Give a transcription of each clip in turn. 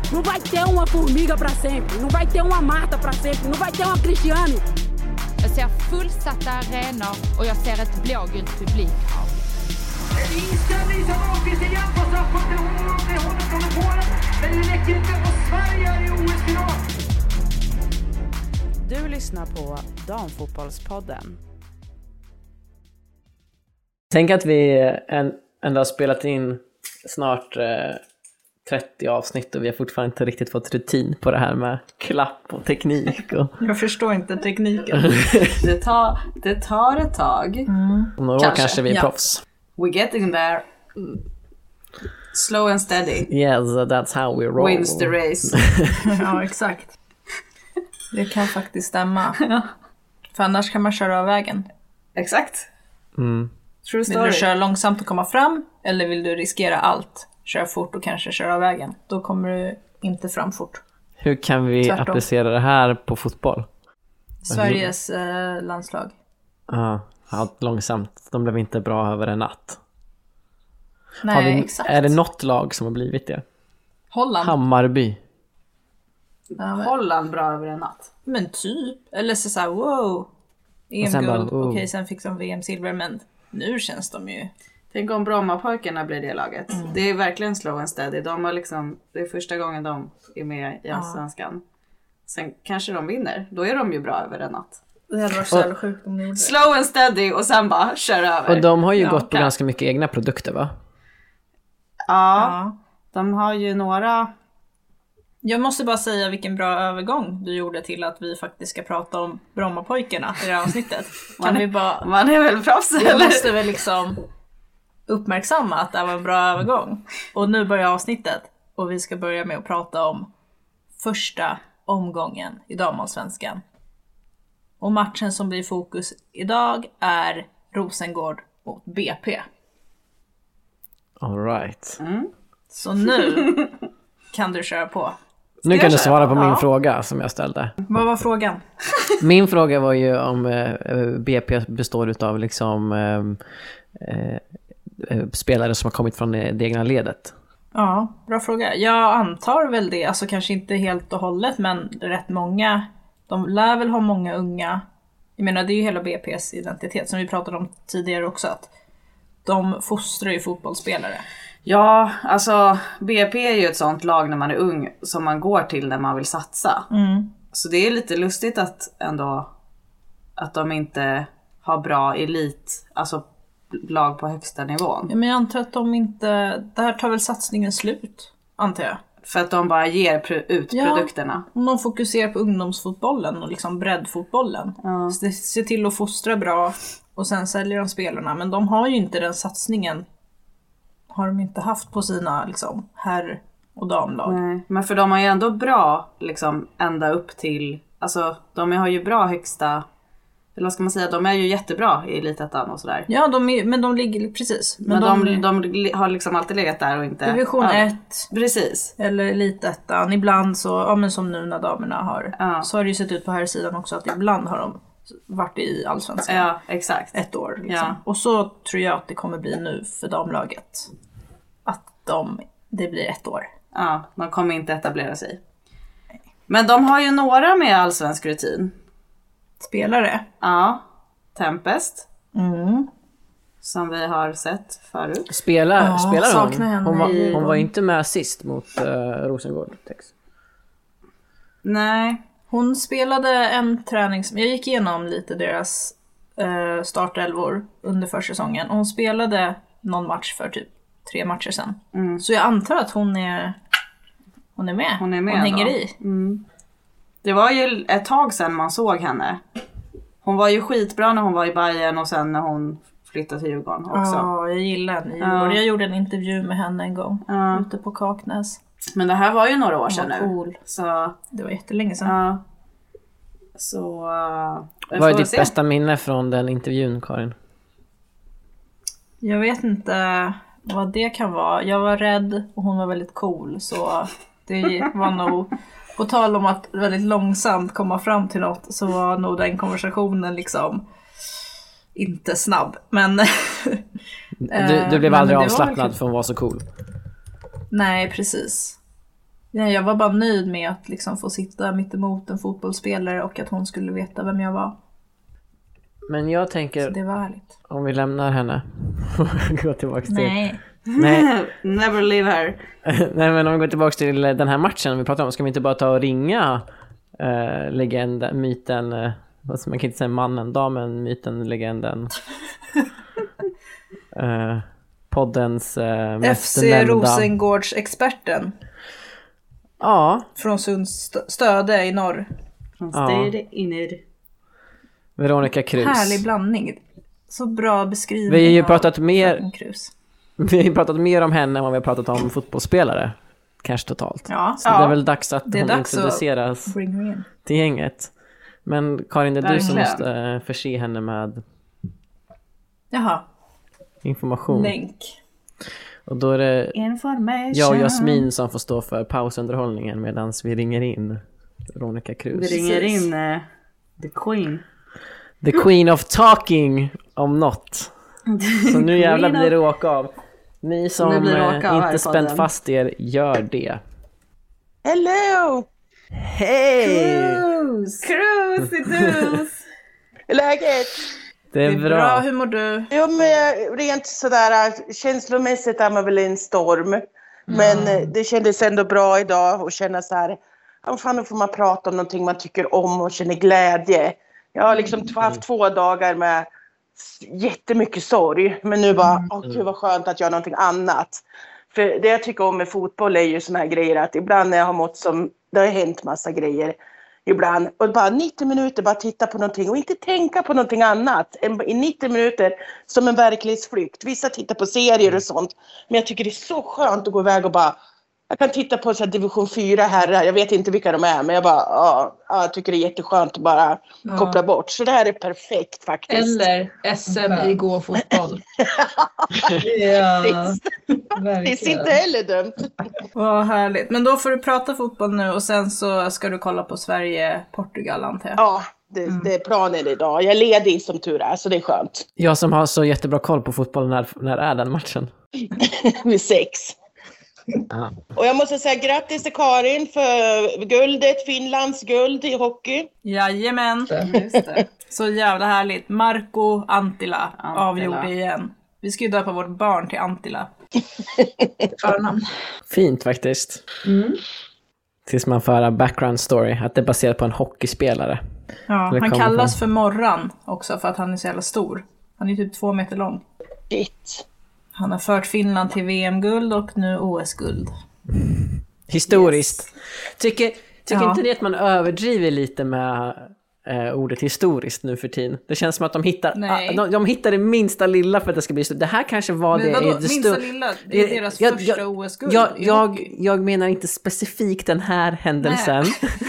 Não vai ter uma Formiga para sempre. Não vai ter uma Marta para sempre. Não vai ter uma Cristiane. Jag ser fullsatta arenor och jag ser ett blågult publikhav. Inställning som Ahlqvist igen på straffpunkten. Hon kommer på den. Men det räcker inte och Sverige är i OS-final. Du lyssnar på Damfotbollspodden. Tänk att vi ändå har spelat in snart 30 avsnitt och vi har fortfarande inte riktigt fått rutin på det här med klapp och teknik. Jag förstår inte tekniken. Det tar ett tag. Om några år kanske vi är proffs. We're getting there. Slow and steady. Yes, that's how we roll. Wins the race. Ja, exakt. Det kan faktiskt stämma. Ja. För annars kan man köra av vägen. Exakt. True story. Vill du köra långsamt och komma fram? Eller vill du riskera allt? Köra fort och kanske köra av vägen. Då kommer du inte fram fort. Hur kan vi Tvärtom. applicera det här på fotboll? Sveriges landslag. Ja, långsamt. De blev inte bra över en natt. Nej, exakt. Är det något lag som har blivit det? Holland. Hammarby. Ja, Holland bra över en natt. men typ. Eller så här, wow. EM-guld. Okej, sen fick de VM-silver. Men nu känns de ju... Tänk om Brommapojkarna blir det laget. Det är verkligen slow and steady. De har liksom, det är första gången de är med i Allsvenskan. Sen kanske de vinner. Då är de ju bra över en natt. Det hade varit så jävla sjukt om de gjorde det. Slow and steady och sen bara kör över. Och de har ju gått på ganska mycket egna produkter, va? Ja, de har ju några... Jag måste bara säga vilken bra övergång du gjorde till att vi faktiskt ska prata om Brommapojkarna i det här avsnittet. Kan vi bara... Man är väl proffs, Vi eller? måste väl liksom uppmärksamma att det var en bra övergång. Och nu börjar avsnittet. Och vi ska börja med att prata om första omgången i damallsvenskan. Och matchen som blir fokus idag är Rosengård mot BP. All right. Så nu kan du köra på. Nu kan du svara på min fråga som jag ställde. Vad var frågan? Min fråga var ju om BP består utav liksom spelare som har kommit från det egna ledet. Ja, bra fråga. Jag antar väl det, alltså kanske inte helt och hållet, men rätt många. De lär väl ha många unga. Jag menar, det är ju hela BP:s identitet som vi pratade om tidigare också, att de fostrar ju fotbollsspelare. Ja, alltså BP är ju ett sånt lag när man är ung som man går till när man vill satsa. Så det är lite lustigt att ändå att de inte har bra elit, alltså lag på högsta nivån. Ja, men jag antar att de inte, det här tar väl satsningen slut, antar jag. För att de bara ger ut produkterna. Om de fokuserar på ungdomsfotbollen och liksom breddfotbollen. Så se till att fostra bra och sen säljer de spelarna. Men de har ju inte den satsningen, har de inte haft på sina liksom herr- och damlag. Nej, men för de har ju ändå bra liksom ända upp till, alltså de har ju bra högsta, eller vad ska man säga, de är ju jättebra i elitettan och sådär. Ja, men de ligger precis. Men de har liksom alltid legat där och inte... Division 1. Precis. Eller elitettan. Ibland så, ja men som nu när damerna har, så har det ju sett ut på här sidan också att ibland har de varit i Allsvenskan. Ja, exakt. Ett år liksom. Ja. Och så tror jag att det kommer bli nu för damlaget. Att det blir ett år. Ja, de kommer inte etablera sig. Men de har ju några med allsvensk rutin. Spelare? Ja, Tempest. Som vi har sett förut. Spelar hon? Hon var inte med sist mot Rosengård. Nej. Hon spelade en jag gick igenom lite deras startelvor under försäsongen. Och hon spelade någon match för typ 3 matcher sedan. Så jag antar att hon är med. Hon hänger då. i. Det var ju ett tag sedan man såg henne. Hon var ju skitbra när hon var i Bayern och sen när hon flyttade till Djurgården också. Ja, jag gillar henne i Djurgården. Jag gjorde en intervju med henne en gång ute på Kaknäs. Men det här var ju några år sedan nu. Cool. Så det var jättelänge sedan. Ja. Så vad är ditt bästa minne från den intervjun, Karin? Jag vet inte vad det kan vara. Jag var rädd och hon var väldigt cool. Så det var nog, på tal om att väldigt långsamt komma fram till något, så var nog den konversationen liksom inte snabb. Men du blev aldrig avslappnad för hon var så cool. Nej, precis. Nej, jag var bara nöjd med att liksom få sitta mitt emot en fotbollsspelare och att hon skulle veta vem jag var. Men jag tänker, så det var härligt. Om vi lämnar henne och går tillbaka till... Nej. Never leave her. Nej, men om vi går tillbaka till den här matchen vi pratar om, ska vi inte bara ta och ringa myten, man kan inte säga mannen, damen, myten, legenden. Poddens mest FC nämnda. Rosengårds-experten. Ja. Från Stöde i norr. Från Stöde i norr. Veronica Krus. Härlig blandning. Så bra beskrivning. Vi har ju pratat mer. Krus. Vi har ju pratat mer om henne än vad vi har pratat om fotbollsspelare. Kanske totalt. Ja. Så det är väl dags att hon introduceras till gänget. Men Karin, det är du som måste förse henne med information. Länk. Och då är det information. jag och Jasmin som får stå för pausunderhållningen medan vi ringer in Veronica Krus. Vi ringer in the Queen. The Queen of Talking om något. Så nu jävlar blir det åka av. Ni som inte spänt fast er, gör det. Hello! Hej! Krus i dus! Läget? Det är bra. Hur mår du? Jo, men rent sådär känslomässigt är man väl i en storm. Men det kändes ändå bra idag att känna så här, fan, nu får man prata om någonting man tycker om och känner glädje. Jag har liksom haft 2 dagar med jättemycket sorg. Men nu bara, gud vad skönt att göra någonting annat. För det jag tycker om med fotboll är ju såna här grejer att ibland när jag har mått som, det har hänt massa grejer. Ibland, och bara 90 minuter bara titta på någonting och inte tänka på någonting annat. I 90 minuter som en verklighetsflykt. Vissa tittar på serier och sånt. Men jag tycker det är så skönt att gå iväg och bara, jag kan titta på så här division 4 herrar. Jag vet inte vilka de är, men jag bara, jag tycker det är jätteskönt att bara koppla bort. Så det här är perfekt faktiskt. Eller SM i gå-fotboll. Det är inte heller dumt. Vad härligt. Men då får du prata fotboll nu och sen så ska du kolla på Sverige-Portugal, antar jag. Ja, det är planen idag. Jag är ledig som tur är, så det är skönt. Jag som har så jättebra koll på fotboll, när är den matchen? Vid 6. Och jag måste säga grattis till Karin för guldet, Finlands guld i hockey. Jajamän. Just det. Så jävla härligt. Marco Antila avgjorde igen. Vi ska ju döpa vårt barn till Antila. Förnamn. Fint faktiskt. Tills man får höra background story, att det är baserat på en hockeyspelare. Ja, han kallas för Morran också för att han är så jävla stor. Han är typ 2 meter lång. Shit. Han har fört Finland till VM-guld och nu OS-guld. Historiskt. Tycker inte ni att man överdriver lite med ordet historiskt nu för tiden? Det känns som att de hittar det minsta lilla för att det ska bli så. Det här kanske var men det... Vadå, minsta lilla? Det är deras första OS-guld. Jag menar inte specifikt den här händelsen.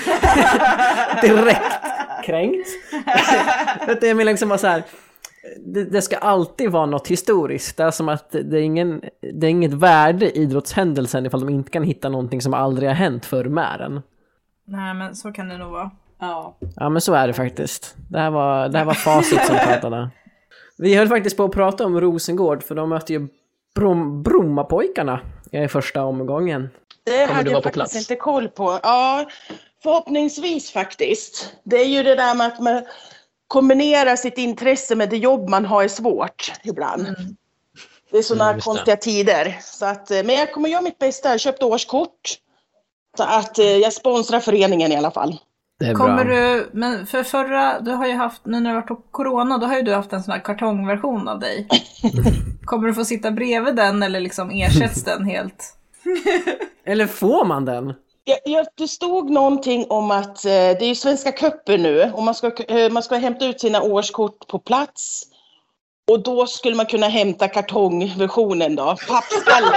Direkt kränkt. Jag menar liksom bara så här... Det ska alltid vara något historiskt. Det är som att det är inget värde i idrottshändelsen ifall de inte kan hitta någonting som aldrig har hänt förr med den. Nej, men så kan det nog vara. Ja, men så är det faktiskt. Det här var facit som pratade. Vi höll faktiskt på att prata om Rosengård, för de möter ju Brommapojkarna i första omgången. Det hade jag faktiskt inte koll på. Ja, förhoppningsvis faktiskt. Det är ju det där med att man kombinera sitt intresse med det jobb man har är svårt ibland. Det är sådana konstiga tider. Så att, men jag kommer göra mitt bästa. Jag har köpt årskort. Så att jag sponsrar föreningen i alla fall. Det är kommer bra. Du, men för förra, du har ju haft, nu när det har varit corona, då har ju du haft en sån här kartongversion av dig. Kommer du få sitta bredvid den eller liksom ersätts den helt? Eller får man den? Det stod någonting om att det är ju Svenska cupen nu och man ska hämta ut sina årskort på plats. Och då skulle man kunna hämta kartongversionen då. Pappskalle.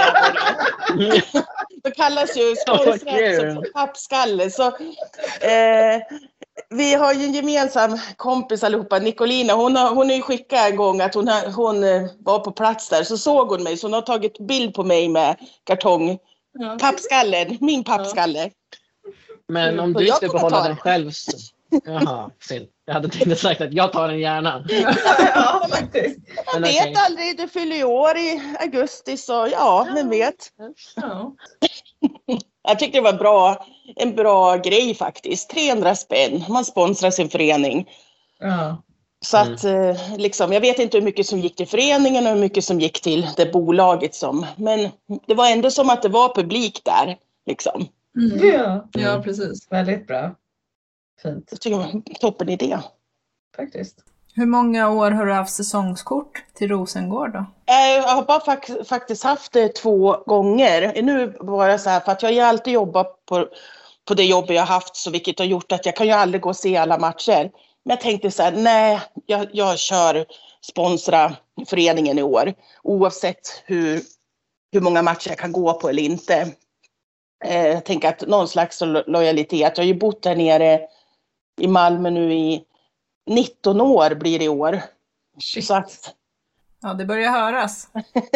Det kallas ju sponsrat pappskalle. Så vi har ju en gemensam kompis allihopa, Nicolina. Hon har ju skickat en gång att hon var på plats där. Så såg hon mig, så hon har tagit bild på mig med kartong. Pappskallen, min pappskalle. Men om du ska behålla den själv så... Jaha, synd. Jag hade tänkt sagt att jag tar den gärna. Ja, faktiskt. Man vet aldrig, du fyller ju år i augusti, så ja, vem vet. Ja. Jag tyckte det var en bra grej faktiskt. 300 spänn. Man sponsrar sin förening. Ja. Så att liksom, jag vet inte hur mycket som gick till föreningen och hur mycket som gick till det bolaget som. Men det var ändå som att det var publik där. Liksom. Ja, precis. Väldigt bra. Fint. Jag tycker det var en toppen idé. Faktiskt. Hur många år har du haft säsongskort till Rosengård då? Jag har bara faktiskt haft det 2 gånger. Nu bara så här, för att jag har ju alltid jobbat på det jobb jag har haft, så vilket har gjort att jag kan ju aldrig gå och se alla matcher. Men jag tänkte så här, nej, jag kör sponsra föreningen i år. Oavsett hur många matcher jag kan gå på eller inte. Jag tänker att någon slags lojalitet. Jag har ju bott där nere i Malmö nu i 19 år blir det i år. Så att... Ja, det börjar höras.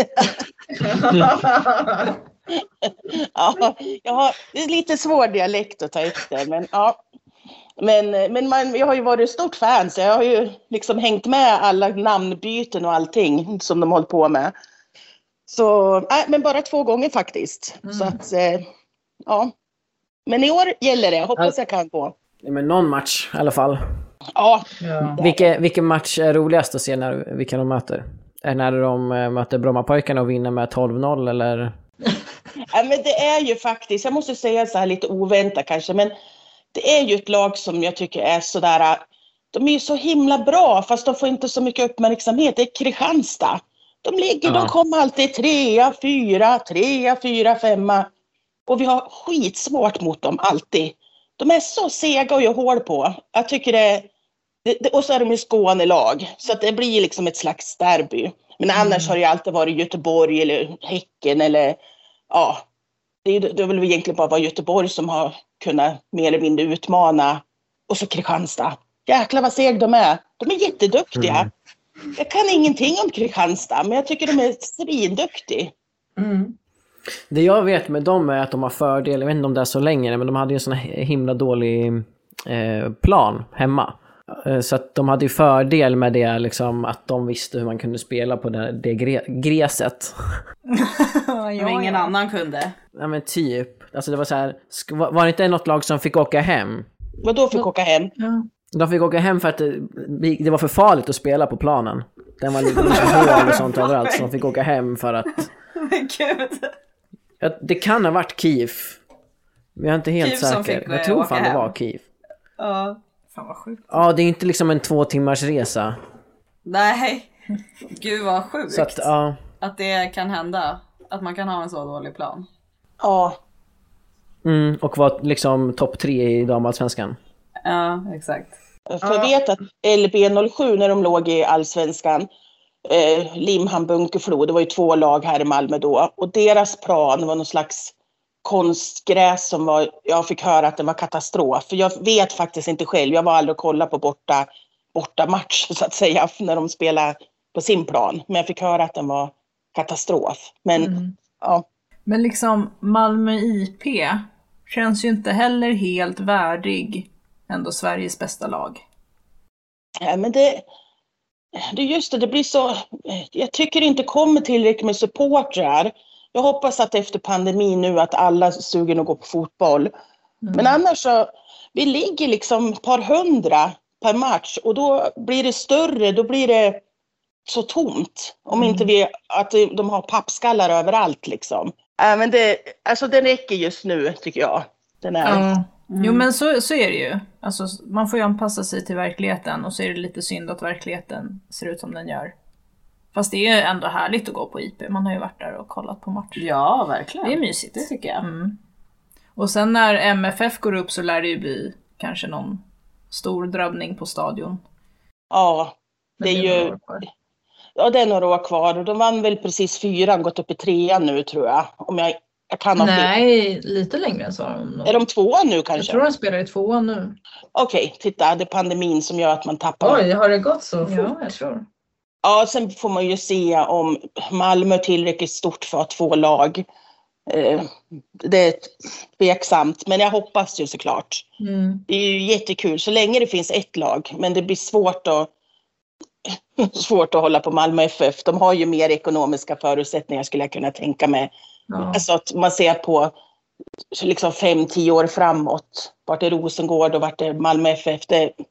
Ja, det är lite svår dialekt att ta efter, men ja. Men jag har ju varit stort fan, så jag har ju liksom hängt med alla namnbyten och allting som de håller på med. Så, men bara 2 gånger faktiskt. Så att, ja. Men i år gäller det, jag hoppas jag kan gå. Men någon match i alla fall. Ja. Vilken match är roligast att se vilka de möter? Är när de möter Brommapojkarna och vinner med 12-0 eller? Ja, men det är ju faktiskt, jag måste säga så här lite oväntat kanske, men det är ju ett lag som jag tycker är sådär, de är ju så himla bra fast de får inte så mycket uppmärksamhet. Det är Kristianstad. De kommer alltid 3, 4, 5 och vi har skitsvårt mot dem alltid. De är så sega att göra hål på. Jag tycker det och så är de ju Skånelag. Så att det blir liksom ett slags derby. Men annars har det alltid varit Göteborg eller Häcken eller ja. Det är väl egentligen bara Göteborg som har kunnat mer eller mindre utmana. Och så Kristianstad. Jäklar vad seg de är. De är jätteduktiga. Jag kan ingenting om Kristianstad, men jag tycker de är svinduktiga. Det jag vet med dem är att de har fördel, jag vet inte om det är så länge, men de hade ju en sån himla dålig plan hemma. Så att de hade ju fördel med det liksom, att de visste hur man kunde spela på det gräset. Men ingen annan kunde. Ja men typ. Alltså det var så här, var det inte något lag som fick åka hem? Vadå fick åka hem? Ja. De fick åka hem för att det var för farligt att spela på planen. Den var lite hål och sånt överallt, så de fick åka hem för att... Men gud. Det kan ha varit Kiev. Men jag är inte helt säker. Jag tror fan det var Kiev. Ja. Fan vad sjukt. Ja, det är inte liksom en 2 timmars resa. Nej. Gud vad sjukt. Så att, att det kan hända. Att man kan ha en så dålig plan. Ja. Och var liksom topp 3 i damallsvenskan. Ja, exakt. För jag vet att LB07 när de låg i allsvenskan, Limhamn, Bunkeflo, det var ju 2 lag här i Malmö då. Och deras plan var någon slags konstgräs som var, jag fick höra att det var katastrof. För jag vet faktiskt inte själv, jag var aldrig och kollade på borta match så att säga när de spelade på sin plan. Men jag fick höra att den var katastrof. Men ja. Men liksom Malmö IP känns ju inte heller helt värdig ändå Sveriges bästa lag. Ja, men det är just det blir så, jag tycker det inte kommer tillräckligt med supportrar. Jag hoppas att efter pandemin nu att alla suger att gå på fotboll. Men annars så, vi ligger liksom ett par 100 per match och då blir det större, då blir det så tomt. Om inte att de har pappskallar överallt liksom. Men det räcker just nu tycker jag. Den är. Jo men så är det ju. Alltså, man får ju anpassa sig till verkligheten och så är det lite synd att verkligheten ser ut som den gör. Fast det är ju ändå härligt att gå på IP. Man har ju varit där och kollat på matcher. Ja, verkligen. Det är mysigt. Det tycker jag. Och sen när MFF går upp så lär det ju bli kanske någon stor drabbning på stadion. Ja, det är ju... Ja, det är några år kvar. Och de vann väl precis 4, gått upp i 3 nu tror jag. Om jag kan ha fel. Nej, lite längre än så. Är de 2 nu kanske? Jag tror de spelar i 2 nu. Okej, titta. Det är pandemin som gör att man tappar. Oj, har det gått så fort? Ja, jag tror. Ja, sen får man ju se om Malmö är tillräckligt stort för att 2 lag. Det är tveksamt, men jag hoppas ju såklart. Det är ju jättekul så länge det finns ett lag, men det blir svårt att hålla på Malmö FF. De har ju mer ekonomiska förutsättningar skulle jag kunna tänka mig. Ja. Alltså att man ser på liksom 5-10 år framåt. Vart är Rosengård och vart är Malmö FF?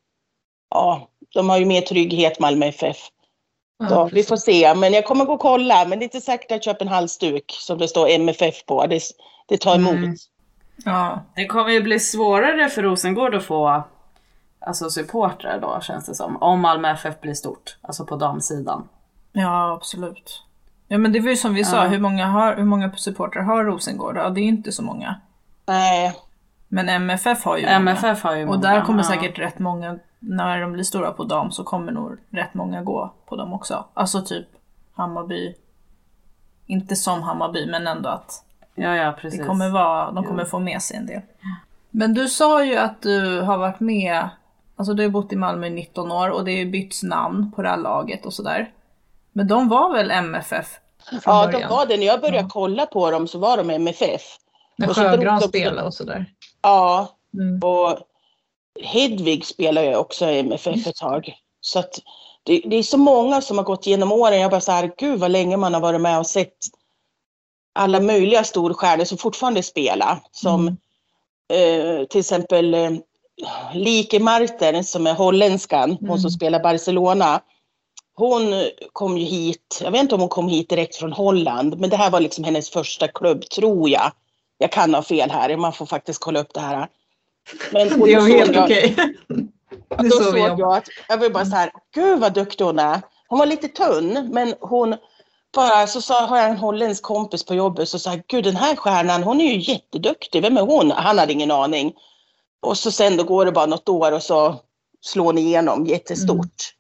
De har ju mer trygghet, Malmö FF. Så vi får se, men jag kommer gå och kolla. Men det är inte säkert att jag köper en halsduk som det står MFF på. Det tar emot. Ja, det kommer ju bli svårare för Rosengård att få supportrar då, känns det som. Om Malmö FF blir stort, alltså på damsidan. Ja, absolut. Ja, men det var ju som vi sa, hur många supportrar har Rosengård? Ja, det är inte så många. Nej. Men MFF har ju många. Och där kommer säkert rätt många, när de blir stora på dam så kommer nog rätt många gå på dem också. Alltså typ Hammarby. Inte som Hammarby, men ändå att precis. Det kommer de kommer få med sig en del. Men du sa ju att du har varit med, alltså du har bott i Malmö i 19 år och det är bytts namn på det här laget och sådär. Men de var väl MFF från början? De var det. När jag började kolla på dem så var de MFF. När Sjögran spelade och sådär. Ja, och Hedvig spelar ju också MFF ett tag. Så att det är så många som har gått genom åren. Jag bara så här, gud vad länge man har varit med och sett alla möjliga storstjärnor som fortfarande spelar. Som till exempel Lieke Martens som är holländskan, hon som spelar Barcelona. Hon kom ju hit, jag vet inte om hon kom hit direkt från Holland, men det här var liksom hennes första klubb, tror jag. Jag kan ha fel här, man får faktiskt kolla upp det här. Men, det är helt okej. Då såg jag att, jag var bara så här, gud vad duktig hon är. Hon var lite tunn, men hon bara, har jag en holländsk kompis på jobbet så sa jag, gud den här stjärnan, hon är ju jätteduktig, vem är hon? Han hade ingen aning. Och så sen då går det bara något år och så slår ni igenom jättestort.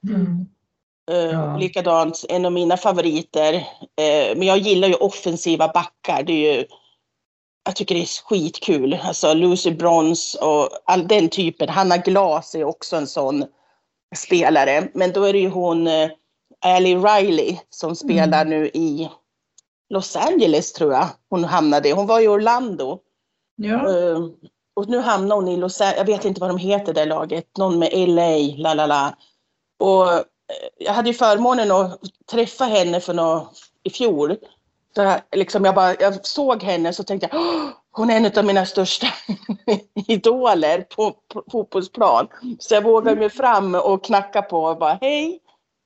Likadant, en av mina favoriter. Men jag gillar ju offensiva backar. Det är ju, jag tycker det är skitkul. Alltså Lucy Bronze och all den typen. Hanna Glas är också en sån spelare. Men då är det ju hon Ali Riley som spelar nu i Los Angeles, tror jag. Hon hamnade. Hon var i Orlando. Ja. Och nu hamnar hon i Los Angeles. Jag vet inte vad de heter det laget. Någon med LA. Och jag hade ju förmånen att träffa henne i fjol. Så liksom jag såg henne så tänkte jag, hon är en av mina största idoler på fotbollsplan. Så jag vågade mig fram och knacka på och bara, hej.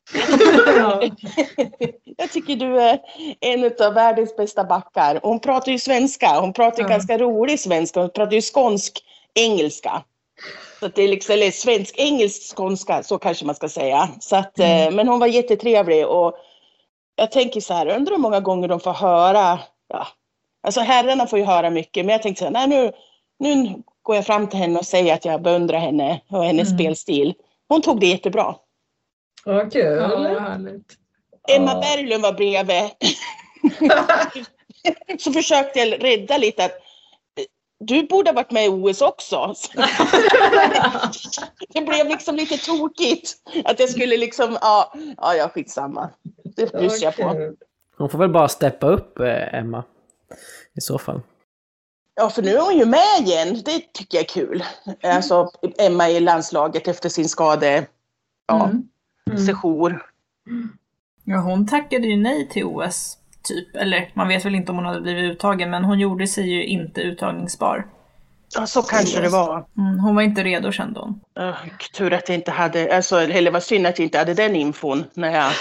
Jag tycker du är en av världens bästa backar. Hon pratar ju svenska, hon pratar ganska rolig svenska, hon pratar ju skånsk-engelska. Så att det är liksom, eller svensk-engelsk-skånska, så kanske man ska säga. Så att, men hon var jättetrevlig och jag tänker så här, undrar hur många gånger de får höra, alltså herrarna får ju höra mycket, men jag tänkte så här, nej, nu går jag fram till henne och säger att jag beundrar henne och hennes spelstil. Hon tog det jättebra. Vad kul. Emma Berglund var bredvid. Så försökte jag rädda lite att du borde ha varit med i OS också. Det blev liksom lite tokigt. Att jag skulle liksom, skitsamma. Det bryr jag på. Hon får väl bara steppa upp, Emma. I så fall. Ja, för nu är hon ju med igen. Det tycker jag är kul. Alltså, Emma i landslaget efter sin skade. Sejour. Ja, hon tackade ju nej till OS. Typ, eller man vet väl inte om hon hade blivit uttagen, men hon gjorde sig ju inte uttagningsbar. Ja, så kanske det var. Hon var inte redo, kände hon. Tur att jag inte hade, eller var synd att jag inte hade den infon när jag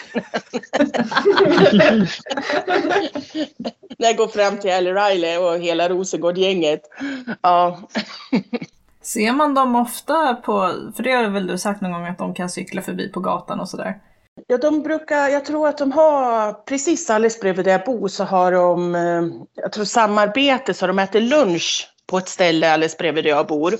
när jag går fram till Ali Riley och hela Rosengård-gänget. Ja. Ser man dem ofta för det har väl du sagt någon gång att de kan cykla förbi på gatan och sådär? Ja, jag tror att de har, precis alldeles bredvid där jag bor så har de, jag tror samarbete, så de äter lunch på ett ställe alldeles bredvid där jag bor.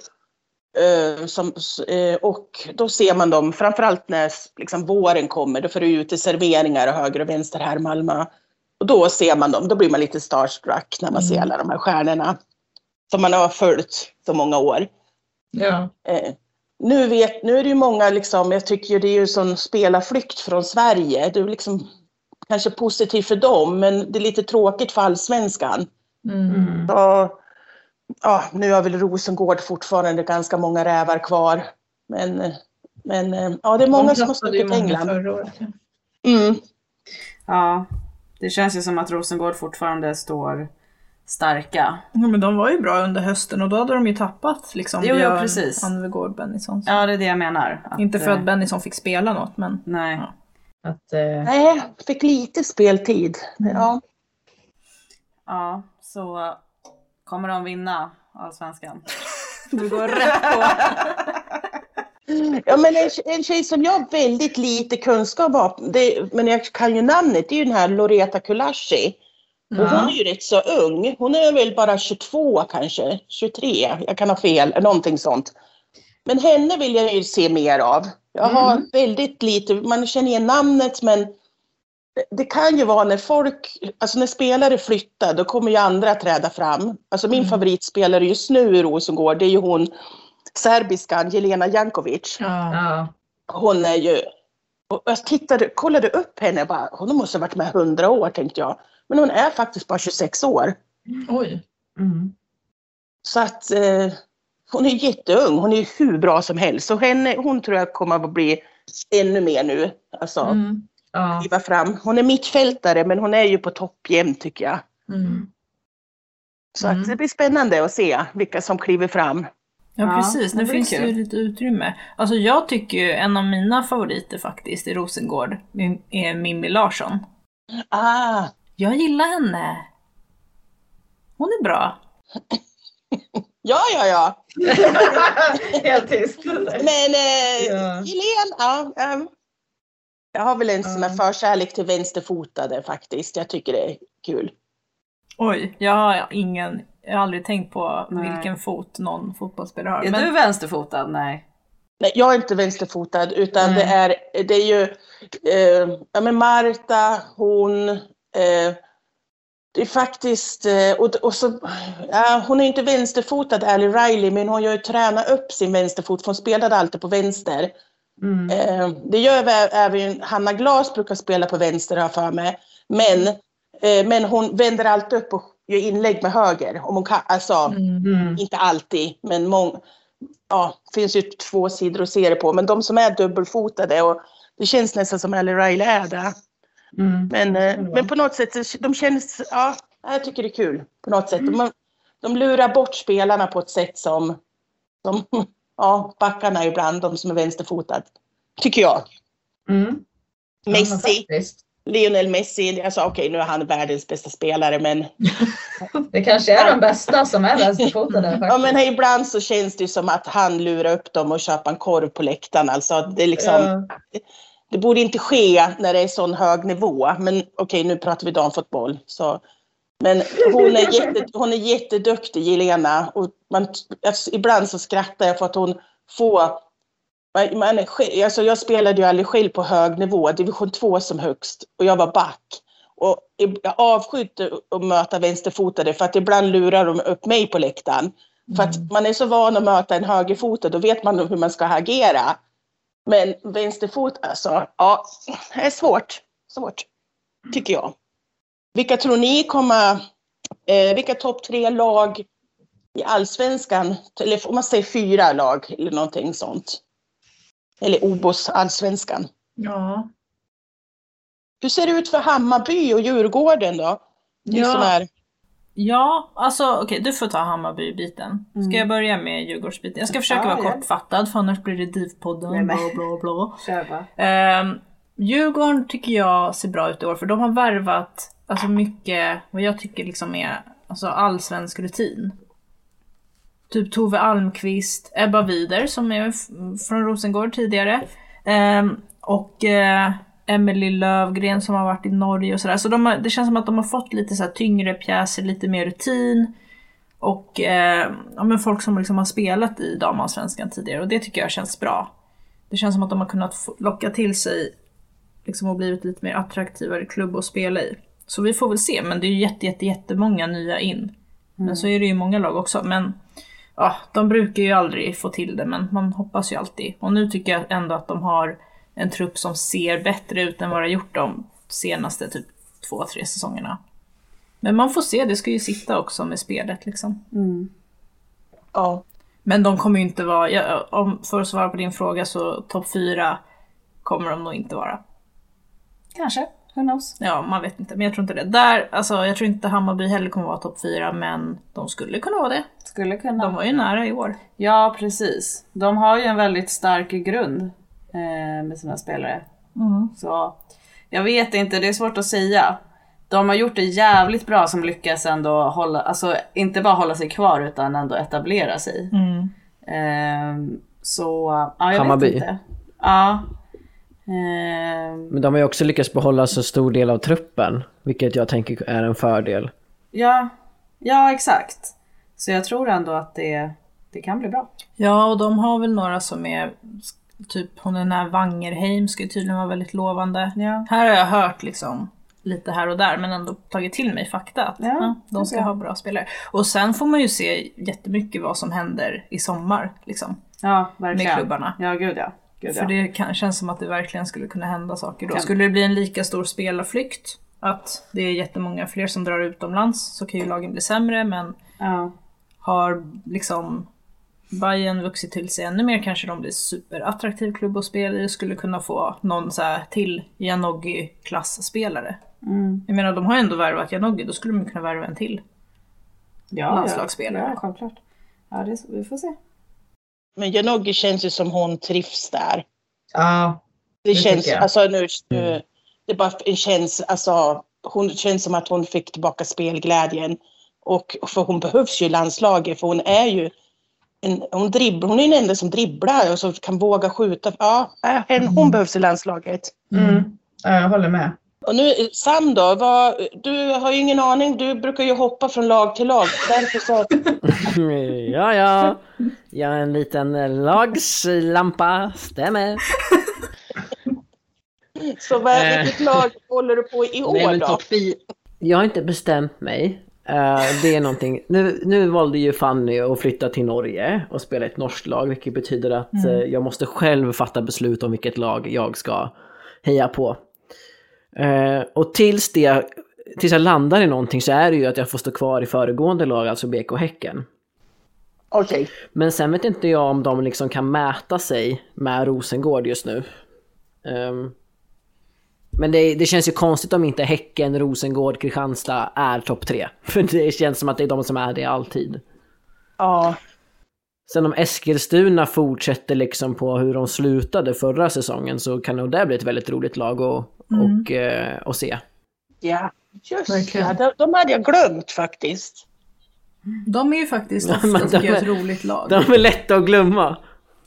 Och då ser man dem, framförallt när liksom våren kommer, då får du ut i serveringar och höger och vänster här i Malmö. Och då ser man dem, då blir man lite starstruck när man ser alla de här stjärnorna som man har följt så många år. Ja. Nu är det ju många liksom, jag tycker det är ju sån spelarflykt från Sverige. Det är liksom kanske positivt för dem, men det är lite tråkigt för allsvenskan. Så, nu har väl Rosengård fortfarande ganska många rävar kvar. Men det är många som har stuckit England. Ja, det känns ju som att Rosengård fortfarande står starka. Ja, men de var ju bra under hösten och då hade de ju tappat liksom. Jo, precis. Anvegård, Bennison. Ja, det är det jag menar. Inte för att Bennison fick spela något, men... Nej. Ja. Nej, fick lite speltid. Ja. Ja, så kommer de vinna Allsvenskan. Du går rätt på. Ja, men en tjej som jag har väldigt lite kunskap om, men jag kan ju namnet, det är ju den här Loreta Kulashi. Och hon är ju rätt så ung. Hon är väl bara 22 kanske, 23. Jag kan ha fel, någonting sånt. Men henne vill jag ju se mer av. Jag har väldigt lite, man känner igen namnet, men det kan ju vara när spelare flyttar, då kommer ju andra träda fram. Alltså min favoritspelare just nu i Rosengård, det är ju hon serbiskan Jelena Jankovic. Ja. Hon är ju, och jag kollade upp henne, bara, hon måste ha varit med 100 år tänkte jag. Men hon är faktiskt bara 26 år. Oj. Så att hon är jätteung. Hon är hur bra som helst. Så hon tror jag kommer att bli ännu mer nu. Alltså, kliva fram. Hon är mittfältare, men hon är ju på topp jämt tycker jag. Så att det blir spännande att se vilka som kliver fram. Ja, precis. Nu finns det ju lite utrymme. Alltså jag tycker ju en av mina favoriter faktiskt i Rosengård är Mimmi Larsson. Jag gillar henne. Hon är bra. Ja. Helt tyst. Men Helene, jag har väl en sån här förkärlek till vänsterfotade faktiskt. Jag tycker det är kul. Oj, jag har aldrig tänkt på vilken fot någon fotbollsspelare har. Är du vänsterfotad? Nej, jag är inte vänsterfotad, utan det är ju men Marta, hon det är faktiskt och så hon är inte vänsterfotad, Ally Riley, men hon har ju tränat upp sin vänsterfot, för hon spelade alltid på vänster. Det gör även Hanna Glas, brukar spela på vänster här för mig, men hon vänder alltid upp och gör inlägg med höger om hon kan, alltså inte alltid, men finns ju 2 sidor att se det på, men de som är dubbelfotade, och det känns nästan som Ally Riley är där. Men på något sätt de känns, jag tycker det är kul på något sätt. De lurar bort spelarna på ett sätt som backarna ibland, de som är vänsterfotad, tycker jag. Messi, Lionel Messi, alltså okej, nu är han världens bästa spelare, men det kanske är de bästa som är vänsterfotade faktiskt. Ja, men ibland så känns det som att han lurar upp dem och köper en korv på läktaren, alltså det är liksom det borde inte ske när det är sån hög nivå, men okej, nu pratar vi damfotboll, så men hon är jätteduktig, Jelena, och ibland så skrattar jag för att hon får alltså jag spelade ju aldrig själv på hög nivå, division 2 som högst, och jag var back, och jag avskydde att möta vänsterfotade, för att ibland lurar de upp mig på läktaren, för att man är så van att möta en högerfotad, då vet man hur man ska agera. Men vänsterfot, alltså, det är svårt, tycker jag. Vilka tror ni kommer, vilka topp 3 lag i Allsvenskan, eller om man säger 4 lag eller någonting sånt, eller OBOS Allsvenskan? Ja. Hur ser det ut för Hammarby och Djurgården då? Ja, alltså okej, du får ta Hammarby-biten. Ska jag börja med Djurgårdsbiten? Jag ska försöka vara kortfattad, för annars blir det DIV-podden. Djurgården tycker jag ser bra ut i år, för de har värvat alltså mycket, vad jag tycker liksom är alltså allsvensk rutin. Typ Tove Almqvist, Ebba Wider som är från Rosengård tidigare, och Emily Lövgren som har varit i Norge och sådär. Så det känns som att de har fått lite så här tyngre pjäser, lite mer rutin. Och men folk som liksom har spelat i damallsvenskan tidigare. Och det tycker jag känns bra. Det känns som att de har kunnat locka till sig liksom, och blivit lite mer attraktivare klubb att spela i. Så vi får väl se. Men det är ju jättemånga nya in. Men så är det ju många lag också. Men de brukar ju aldrig få till det. Men man hoppas ju alltid. Och nu tycker jag ändå att de har en trupp som ser bättre ut än vad det har gjort de senaste typ 2-3 säsongerna. Men man får se, det ska ju sitta också med spelet liksom. Ja. Men de kommer ju inte vara, för att svara på din fråga, så topp 4 kommer de nog inte vara. Kanske. Who knows? Ja, man vet inte. Men jag tror inte det. Där, alltså, jag tror inte Hammarby heller kommer vara topp 4, men de skulle kunna vara det. Skulle kunna. De var ju nära i år. Ja, precis. De har ju en väldigt stark grund med sina spelare. Så jag vet inte, det är svårt att säga. De har gjort det jävligt bra som lyckas ändå hålla, alltså inte bara hålla sig kvar utan ändå etablera sig. Så ja, jag Hammarby. vet inte. Ja. Men de har ju också lyckats behålla så stor del av truppen, vilket jag tänker är en fördel. Ja, exakt. Så jag tror ändå att det kan bli bra. Ja, och de har väl några som är typ, hon är när Wangerheim ska tydligen vara väldigt lovande. Ja. Här har jag hört liksom lite här och där, men ändå tagit till mig fakta att de ska ha bra spelare. Och sen får man ju se jättemycket vad som händer i sommar liksom. Ja, verkligen. Med klubbarna. Ja, gud ja. För det känns som att det verkligen skulle kunna hända saker då. Skulle det bli en lika stor spelarflykt, att det är jättemånga fler som drar utomlands, så kan ju lagen bli sämre, men har liksom Bayern vuxit till sig ännu mer, kanske de blir superattraktiv klubb att spela i och skulle kunna få någon så här till Janoggy-klassspelare. Jag menar, de har ändå värvat Janoggy, då skulle de kunna värva en till landslagsspelare. Ja, självklart. Ja, vi får se. Men Janoggy känns ju som hon trivs där. Ja, det känns, alltså nu, det är bara en känsla, alltså hon känns som att hon fick tillbaka spelglädjen. Och för hon behövs ju i landslaget, för hon är ju hon är den enda som dribblar och så kan våga skjuta. Ja, hon behövs i landslaget. Ja, jag håller med. Och nu, Sam då, du har ju ingen aning, du brukar ju hoppa från lag till lag. Därför så... Ja, jag är en liten lagslampa, stämmer. Så vilket lag håller du på i år då? Jag har inte bestämt mig. Det är någonting. Nu valde ju Fanny att flytta till Norge och spela ett norskt lag, vilket betyder att jag måste själv fatta beslut om vilket lag jag ska heja på. Och tills jag landar i någonting så är det ju att jag får stå kvar i föregående lag, alltså BK Häcken. Okej. Men sen vet inte jag om de liksom kan mäta sig med Rosengård just nu. Men det känns ju konstigt om inte Häcken, Rosengård, Kristianstad är topp 3. För det känns som att det är de som är det alltid. Ja. Sen om Eskilstuna fortsätter liksom på hur de slutade förra säsongen, så kan nog det bli ett väldigt roligt lag att se. Ja, just det. De hade jag glömt faktiskt. De är ju faktiskt ofta ett roligt lag. De är lätta att glömma.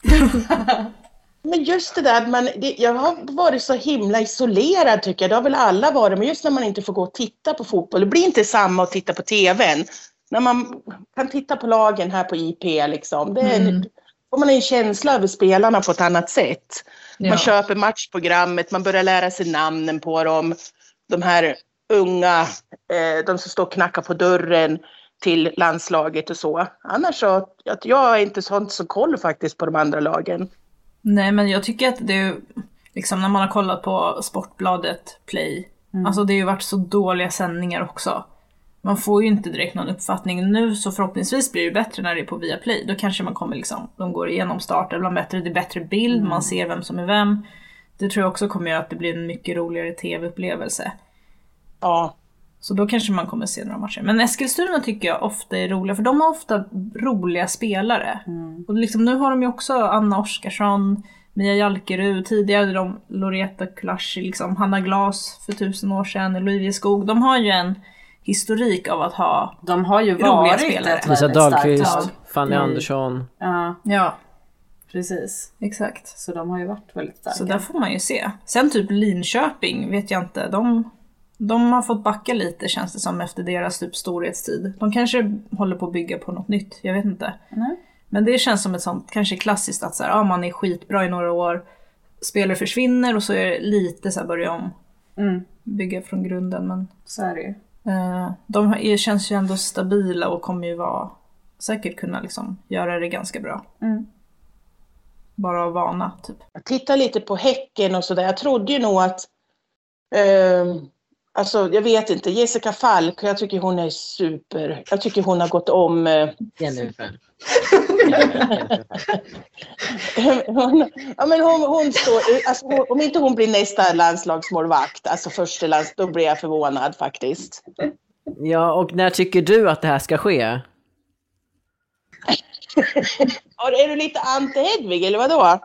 Men just det där, jag har varit så himla isolerad tycker jag. Det har väl alla varit, men just när man inte får gå och titta på fotboll. Det blir inte samma att titta på tvn. När man kan titta på lagen här på IP liksom. Får man en känsla över spelarna på ett annat sätt. Ja. Man köper matchprogrammet, man börjar lära sig namnen på dem. De här unga, de som står och knackar på dörren till landslaget och så. Annars så, att jag är inte så koll faktiskt på de andra lagen. Nej, men jag tycker att det är liksom när man har kollat på Sportbladet Play. Alltså det har ju varit så dåliga sändningar också. Man får ju inte direkt någon uppfattning. Nu så förhoppningsvis blir det bättre när det är på Viaplay. Då kanske man kommer liksom, de går igenom starten bland bättre, det är bättre bild, man ser vem som är vem. Det tror jag också kommer göra att det blir en mycket roligare tv-upplevelse. Ja. Så då kanske man kommer se några matcher. Men Eskilstuna tycker jag ofta är roliga, för de har ofta roliga spelare. Och liksom, nu har de ju också Anna Oskarsson, Mia Jalkerud, tidigare de Loreta Kulashi, liksom Hanna Glas för 1000 år sedan, Olivia Skog. De har ju en historik av att ha de har ju roliga varit spelare. Lisa Dahlqvist, Fanny Andersson. Ja, precis. Exakt. Så de har ju varit väldigt starka. Så där får man ju se. Sen typ Linköping vet jag inte, de har fått backa lite känns det som efter deras typ storhetstid. De kanske håller på att bygga på något nytt, jag vet inte. Men det känns som ett sånt kanske klassiskt att så här, man är skitbra i några år, spelare försvinner och så är det lite så här börja om bygga från grunden. Men så är det ju. De känns ju ändå stabila och kommer ju säkert kunna liksom göra det ganska bra. Bara av vana typ. Jag tittar lite på Häcken och sådär. Jag trodde ju nog att alltså jag vet inte, Jessica Falk, jag tycker hon är super. Jag tycker hon har gått om Jennifer. Hon står, alltså, om inte hon blir nästa landslagsmålvakt, alltså första då blir jag förvånad faktiskt. Ja, och när tycker du att det här ska ske? Är du lite anti-Hedvig eller vadå?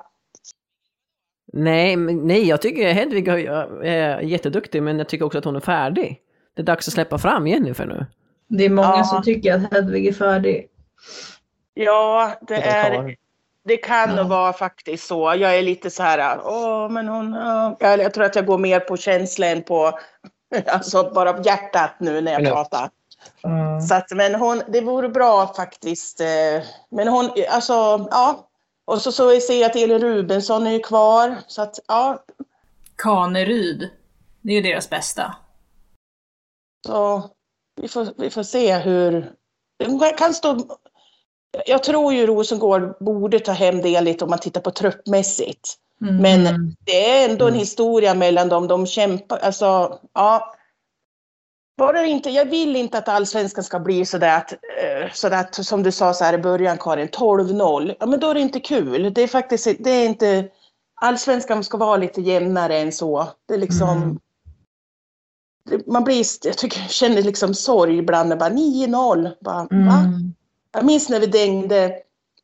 Nej, jag tycker Hedvig är jätteduktig, men jag tycker också att hon är färdig. Det är dags att släppa fram Jennifer nu. Det är många som tycker att Hedvig är färdig. Ja, det kan nog vara faktiskt så. Jag är lite så här, jag tror att jag går mer på känslan på, alltså bara hjärtat nu när jag pratar. Så att, men det vore bra faktiskt. Men hon, alltså, ja. Och så ser jag att Elin Rubensson är kvar. Så att, ja. Kaneryd, det är ju deras bästa. Så vi får se hur... Kan stå, jag tror ju Rosengård borde ta hem det lite om man tittar på truppmässigt. Men det är ändå en historia mellan dem. De kämpar, alltså, ja... Bara inte, jag vill inte att allsvenskan ska bli sådär att som du sa så här i början, Karin, 12-0. Ja, men då är det inte kul. Det är faktiskt, det är inte, allsvenskan ska vara lite jämnare än så. Det är liksom, man blir, känner liksom sorg ibland när bara 9-0. Va? Jag minns när vi dängde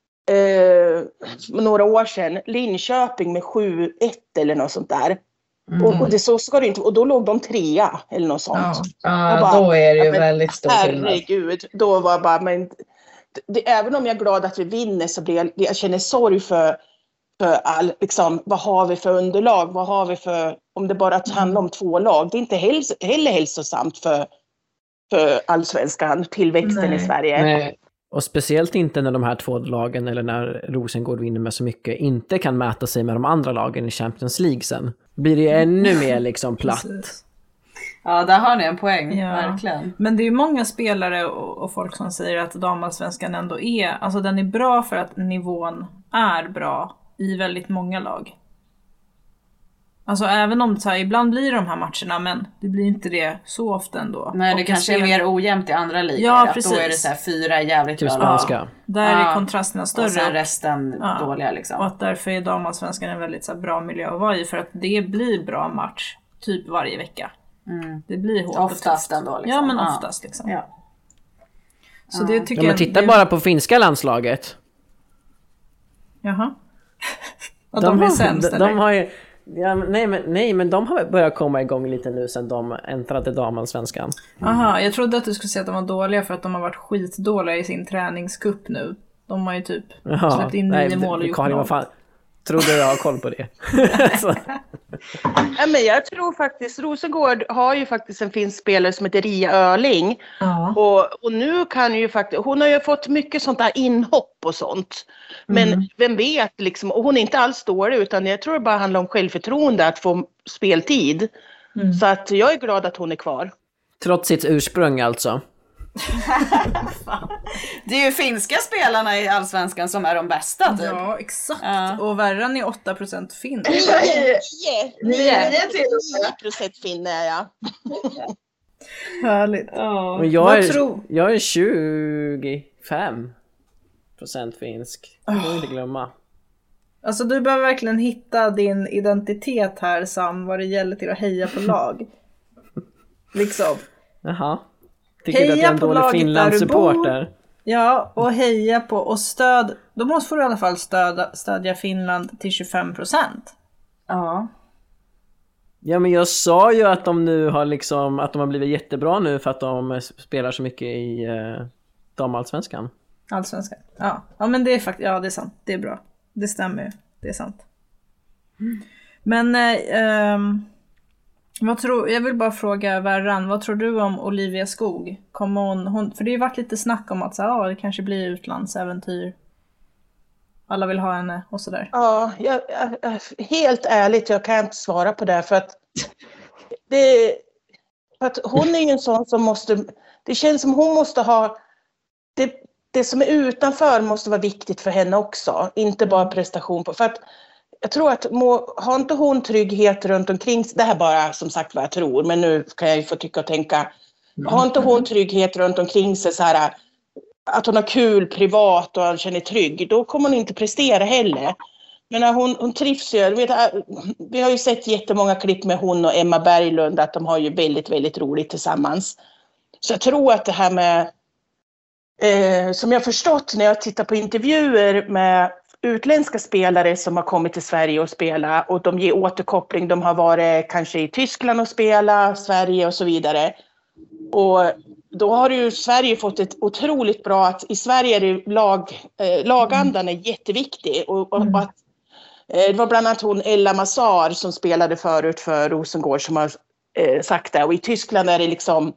några år sedan Linköping med 7-1 eller något sånt där. Och det så ska det inte, och då låg de 3 eller något sånt. Då är det ju väldigt stor skillnad. Herregud, då var bara, men även om jag är glad att vi vinner så blir jag känner sorg för all, liksom, vad har vi för underlag, vad har vi för, om det bara handlar om 2 lag, det är inte heller hälsosamt för allsvenskan, tillväxten i Sverige. Nej. Och speciellt inte när de här 2 lagen, eller när Rosengård vinner med så mycket, inte kan mäta sig med de andra lagen i Champions League sen. Blir det ännu mer liksom platt. Ja, där har ni en poäng, verkligen. Men det är ju många spelare och folk som säger att damallsvenskan ändå är, alltså den är bra för att nivån är bra i väldigt många lag. Alltså även om så här, ibland blir de här matcherna, men det blir inte det så ofta ändå. Nej, det kanske är mer ojämnt i andra ligor. Ja, precis. Då är det så här 4 jävligt bra. Där är kontrasterna större. Och sen resten dåliga liksom. Och att därför är damallsvenskan en väldigt så här, bra miljö att vara i, för att det blir bra match typ varje vecka. Det blir hårt. Oftast ändå liksom. Ja, men oftast liksom. Ja. Så det tycker men titta bara på finska landslaget. Jaha. Och de är sämst, eller? De har ju... Ja, nej, men de har börjat komma igång lite nu sen de äntrade damallsvenskan. Aha, jag trodde att du skulle säga att de var dåliga för att de har varit skitdåliga i sin träningscup nu. De har ju typ släppt in 9 mål och gjort Karin, vad fan? Trodde jag har koll på det. Ja, men jag tror faktiskt, Rosengård har ju faktiskt en finsk spelare som heter Ria Öling. Och nu kan ju faktiskt, hon har ju fått mycket sånt där inhopp och sånt. Men vem vet liksom, och hon är inte alls dålig, utan jag tror det bara handlar om självförtroende att få speltid. Så att jag är glad att hon är kvar. Trots sitt ursprung alltså. Det är ju finska spelarna i allsvenskan som är de bästa typ. Ja, exakt. Och Värran är 8% finn. 9% finn är jag. Härligt. Men jag är 25% finsk. Det får inte glömma. Alltså du behöver verkligen hitta din identitet här, Sam, vad det gäller till att heja på lag. Liksom. Jaha. Tycker du att jag är en dålig Finland-supporter? Ja, och heja på och stöd. Då måste du i alla fall stödja Finland till 25%. Ja. Ja, men jag sa ju att de nu har liksom, att de har blivit jättebra nu för att de spelar så mycket i damallsvenskan. Allsvenskan. Ja, men det är faktiskt, ja, det är sant. Det är bra. Det stämmer ju. Det är sant. Men jag vill bara fråga Värran, vad tror du om Olivia Skog? Kommer hon, för det har ju varit lite snack om att så, det kanske blir utlandsäventyr. Alla vill ha henne och sådär. Ja, helt ärligt, jag kan inte svara på det. För att hon är ju en sån som måste, det känns som hon måste ha, det som är utanför måste vara viktigt för henne också. Inte bara prestation på, för att jag tror att har inte hon trygghet runt omkring, det här bara som sagt vad jag tror, men nu kan jag ju få tycka och tänka. Har inte hon trygghet runt omkring sig så här, att hon har kul privat och hon känner trygg, då kommer hon inte prestera heller. Men när hon trivs ju, vi har ju sett jättemånga klipp med hon och Emma Berglund, att de har ju väldigt, väldigt roligt tillsammans. Så jag tror att det här med, som jag förstått när jag tittar på intervjuer med utländska spelare som har kommit till Sverige och spela, och de ger återkoppling, de har varit kanske i Tyskland och spela, Sverige och så vidare. Och då har ju Sverige fått ett otroligt bra, att i Sverige är det lagandan är jätteviktig. Och att, det var bland annat hon Ella Massar som spelade förut för Rosengård som har sagt det. Och i Tyskland är det liksom,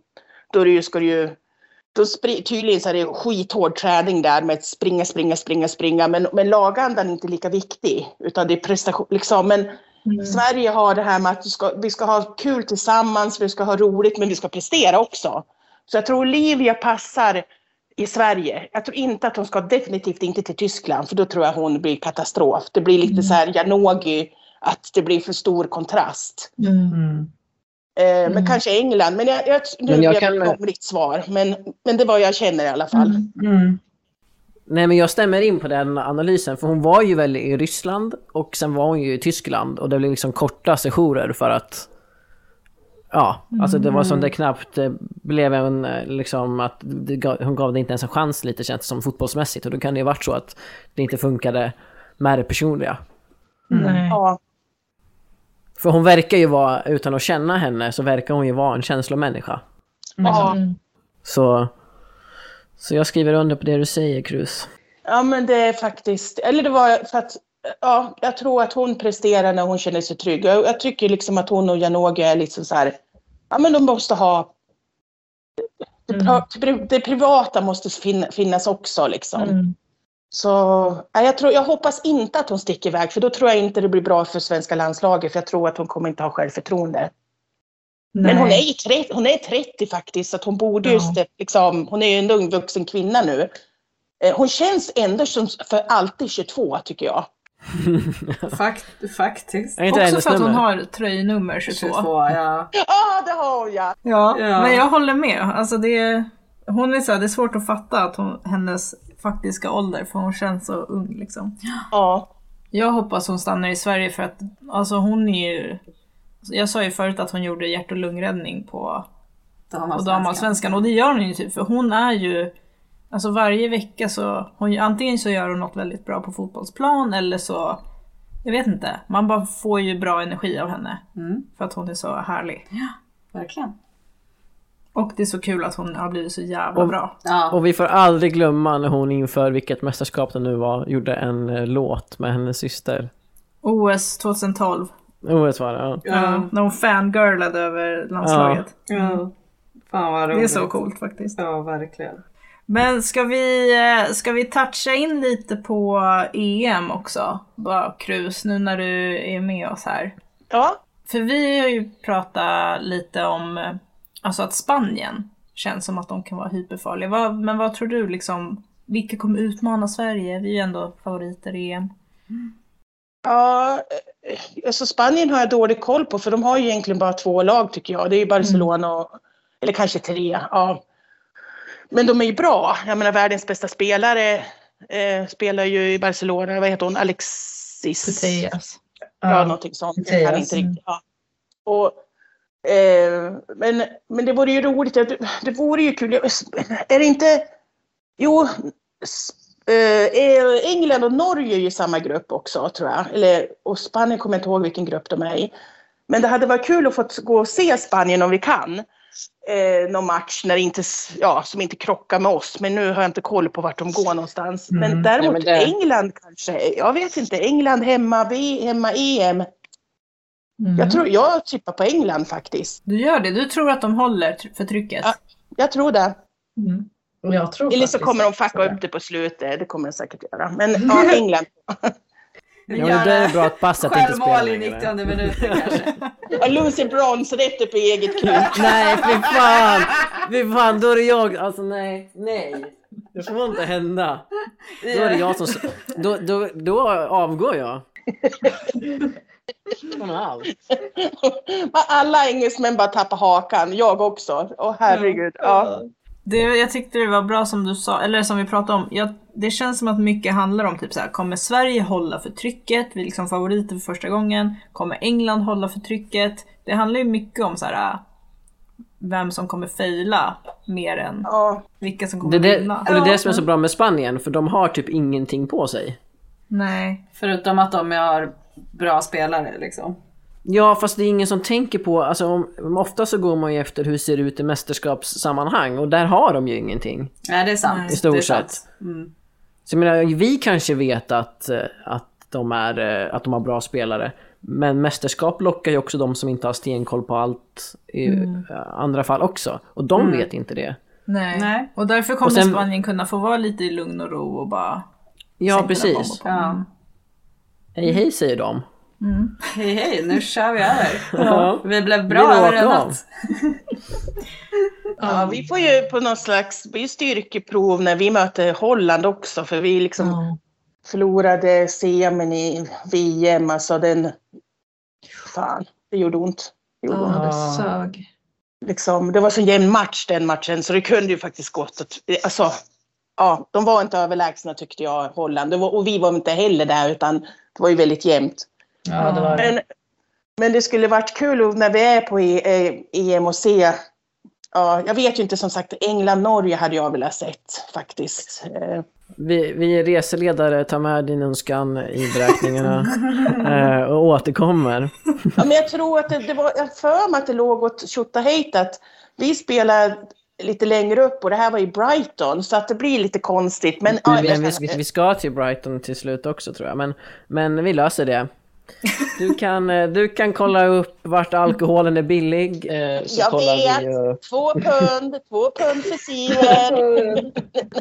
tydligen så är det skithård träning där med att springa. Men lagandan är inte lika viktig, utan det är prestation liksom. Men Sverige har det här med att vi ska ha kul tillsammans, vi ska ha roligt, men vi ska prestera också. Så jag tror Olivia passar i Sverige. Jag tror inte att hon ska definitivt inte till Tyskland, för då tror jag hon blir katastrof. Det blir lite så här Janogy, att det blir för stor kontrast. Men kanske England. Men jag kan komma ditt svar. Men det var jag känner i alla fall. Nej, men jag stämmer in på den analysen, för hon var ju väl i Ryssland och sen var hon ju i Tyskland, och det blev liksom korta sessioner för att alltså det var som det knappt blev en liksom att hon gav det inte ens en chans, lite känns som fotbollsmässigt, och då kan det ju varit så att det inte funkade med det personliga. Ja. För hon verkar ju vara, utan att känna henne så verkar hon ju vara en känslomänniska. Ja. Så jag skriver under på det du säger, Krus. Ja, men det är faktiskt, eller det var för att, ja, jag tror att hon presterar när hon känner sig trygg. Jag tycker liksom att hon och Janogy är liksom så här, ja men de måste ha, det privata måste finnas också liksom. Så jag hoppas inte att hon sticker iväg, för då tror jag inte det blir bra för svenska landslaget, för jag tror att hon kommer inte ha självförtroende. Men hon är 30 faktiskt, så att hon borde just liksom, hon är ju en ung vuxen kvinna nu. Hon känns ändå som för alltid 22, tycker jag. Faktiskt. Också för att hon har tröjnummer 22. Ja, det har jag. Ja, men jag håller med. Alltså hon är så här, det är svårt att fatta att hennes faktiska ålder, för hon känns så ung liksom. Ja. Jag hoppas hon stannar i Sverige, för att alltså hon är ju, jag sa ju förut att hon gjorde hjärt- och lungräddning på damallsvenskan, och det gör hon ju typ, för hon är ju, alltså varje vecka så antingen så gör hon något väldigt bra på fotbollsplan, eller så, jag vet inte, man bara får ju bra energi av henne för att hon är så härlig. Ja, verkligen. Och det är så kul att hon har blivit så jävla bra. Ja. Och vi får aldrig glömma när hon inför vilket mästerskap det nu var gjorde en låt med hennes syster. OS 2012. OS var det, ja. När hon fangirlade över landslaget. Ja. Fan vad roligt. Det är så coolt faktiskt. Ja, verkligen. Men ska vi toucha in lite på EM också? Bara Krus, nu när du är med oss här. Ja. För vi har ju pratat lite om, alltså att Spanien känns som att de kan vara hyperfarliga. Men vad tror du liksom, vilka kommer utmana Sverige? Vi är ju ändå favoriter i EM. Ja, alltså Spanien har jag dålig koll på, för de har ju egentligen bara 2 lag tycker jag. Det är ju Barcelona och, eller kanske 3, ja. Men de är ju bra. Jag menar, världens bästa spelare spelar ju i Barcelona. Vad heter hon? Alexis Putellas. Ja, någonting sånt. Jag kan inte riktigt. Ja. Och, men det vore ju roligt. Det vore ju kul. Är det inte... Jo, England och Norge är ju i samma grupp också, tror jag. Och Spanien kommer inte ihåg vilken grupp de är i. Men det hade varit kul att få gå och se Spanien om vi kan. Någon match när inte, som inte krockar med oss. Men nu har jag inte koll på vart de går någonstans. Men däremot England kanske. Jag vet inte. England hemma EM. Jag tippar på England faktiskt. Du gör det? Du tror att de håller för trycket? Ja, jag tror det. Jag tror eller så kommer de fucka upp det på slutet. Det kommer de säkert göra. Men ja, England. Ja, men det är bra att passet inte spelar i 90 minuter kanske. Ja, Lucy Bronze rätt på eget krut. Nej, fy fan, då är det jag. Alltså nej. Det får inte hända. Då är det jag som... Då avgår jag. Alla engelsmän bara tappar hakan. Jag också. Åh herregud. Ja. Jag tyckte det var bra som du sa, eller som vi pratade om. Det känns som att mycket handlar om typ så här: kommer Sverige hålla för trycket? Vi är liksom favoriter för första gången. Kommer England hålla för trycket? Det handlar ju mycket om så här, vem som kommer fejla mer än vilka som kommer vinna. Och det är det som är så bra med Spanien, för de har typ ingenting på sig. Nej. Förutom att de har bra spelare liksom. Ja, fast det är ingen som tänker på, alltså ofta så går man ju efter hur det ser ut i mästerskapssammanhang, och där har de ju ingenting. Nej, det är sant. I stort sett. Så jag menar, vi kanske vet att de har bra spelare, men mästerskap lockar ju också de som inte har stenkoll på allt i andra fall också, och de vet inte det. Nej. Och därför kommer Spanien kunna få vara lite i lugn och ro och bara... Ja, precis. Hej säger de. Hej, nu kör vi över. Vi blev bra över en natt. Vi får ju på någon slags styrkeprov när vi möter Holland också, för vi liksom förlorade semin i VM, alltså det gjorde ont. Det sög. Liksom, det var så jämn match den matchen, så det kunde ju faktiskt gått de var inte överlägsna tyckte jag, Holland. Och vi var inte heller där, utan det var ju väldigt jämnt. Ja, det var men det skulle varit kul när vi är på EM och se. Ja, jag vet ju inte, som sagt, England-Norge hade jag velat sett faktiskt. Vi reseledare tar med din önskan i beräkningarna och återkommer. Ja, men jag tror att det var, jag för mig att det låg åt Tjotahejt att vi spelar lite längre upp, och det här var i Brighton, så att det blir lite konstigt. Men vi ska till Brighton till slut också, tror jag. Men vi löser det. Du kan kolla upp vart alkoholen är billig. Jag vet, 2 pund för Siver.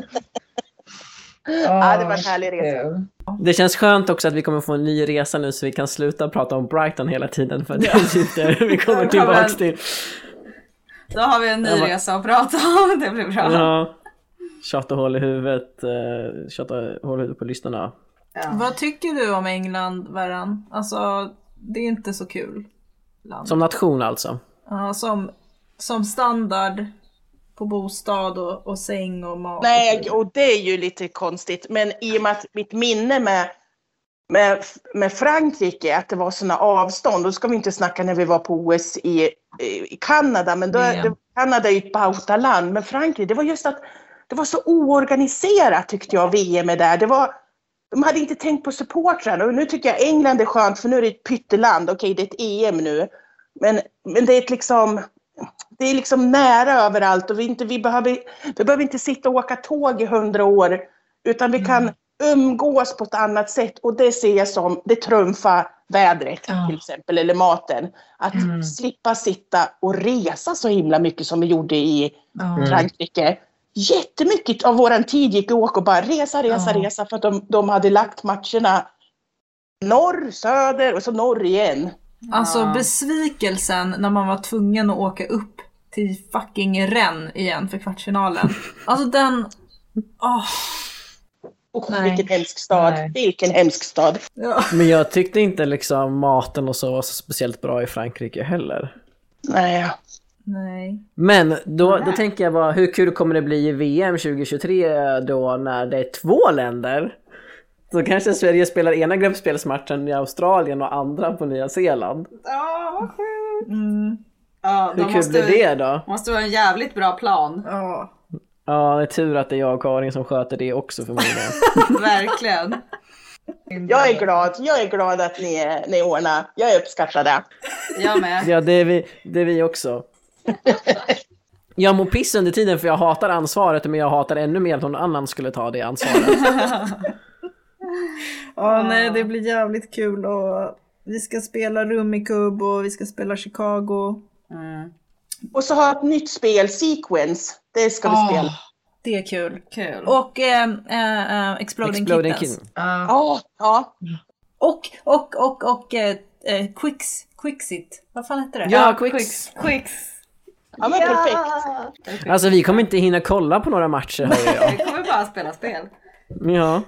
Det var en härlig resa. Det känns skönt också att vi kommer få en ny resa nu, så vi kan sluta prata om Brighton hela tiden, för vi kommer tillbaka till. Då har vi en ny resa att prata om. Det blir bra. Ja. Tjata hål i huvudet på lyssnarna. Ja. Vad tycker du om England, Verran? Alltså, det är inte så kul land. Som nation alltså? Ja, som standard på bostad och säng och mat. Nej, och det är ju lite konstigt. Men i och med att mitt minne med Frankrike, att det var såna avstånd, då ska vi inte snacka när vi var på OS i Kanada, men Kanada är ju ett bautaland, men Frankrike, det var just att det var så oorganiserat tyckte jag, VM är där. De hade inte tänkt på supportrarna, och nu tycker jag England är skönt, för nu är det ett pytteland. Okej, det är ett EM nu, men det är liksom nära överallt, och vi behöver inte sitta och åka tåg i 100 år, utan vi kan umgås på ett annat sätt, och det ser jag som det trumfar vädret till exempel, eller maten, att slippa sitta och resa så himla mycket som vi gjorde i Frankrike. Jättemycket av våran tid gick åk och bara resa för att de hade lagt matcherna norr, söder och så norr igen. Alltså besvikelsen när man var tvungen att åka upp till fucking Rennes igen för kvartsfinalen. Alltså den... Vilken hemsk stad. Vilken hemsk stad. Ja. Men jag tyckte inte liksom maten och så var så speciellt bra i Frankrike heller. Nej. Men då tänker jag hur kul kommer det bli i VM 2023 då, när det är 2 länder? Så kanske Sverige spelar ena gruppspelsmatchen i Australien och andra på Nya Zeeland. Vad sjukt. Hur kul blir det då? Måste vara en jävligt bra plan. Ja, det är tur att det är jag och Karin som sköter det också för mig. Verkligen. Jag är glad att ni ordnar. Jag uppskattar det. Jag med. Ja, det är vi också. Jag mår piss under tiden, för jag hatar ansvaret, men jag hatar ännu mer att någon annan skulle ta det ansvaret. Nej, det blir jävligt kul, och vi ska spela Rummikub och vi ska spela Chicago. Och så ha ett nytt spel, Sequence. Det ska vi spela. Det är kul. Och Exploding Kittens. Och Quixit. Vad fan heter det? Ja, Quix. Ja, men perfekt. Alltså vi kommer inte hinna kolla på några matcher, hör jag. Vi kommer bara spela spel. Ja.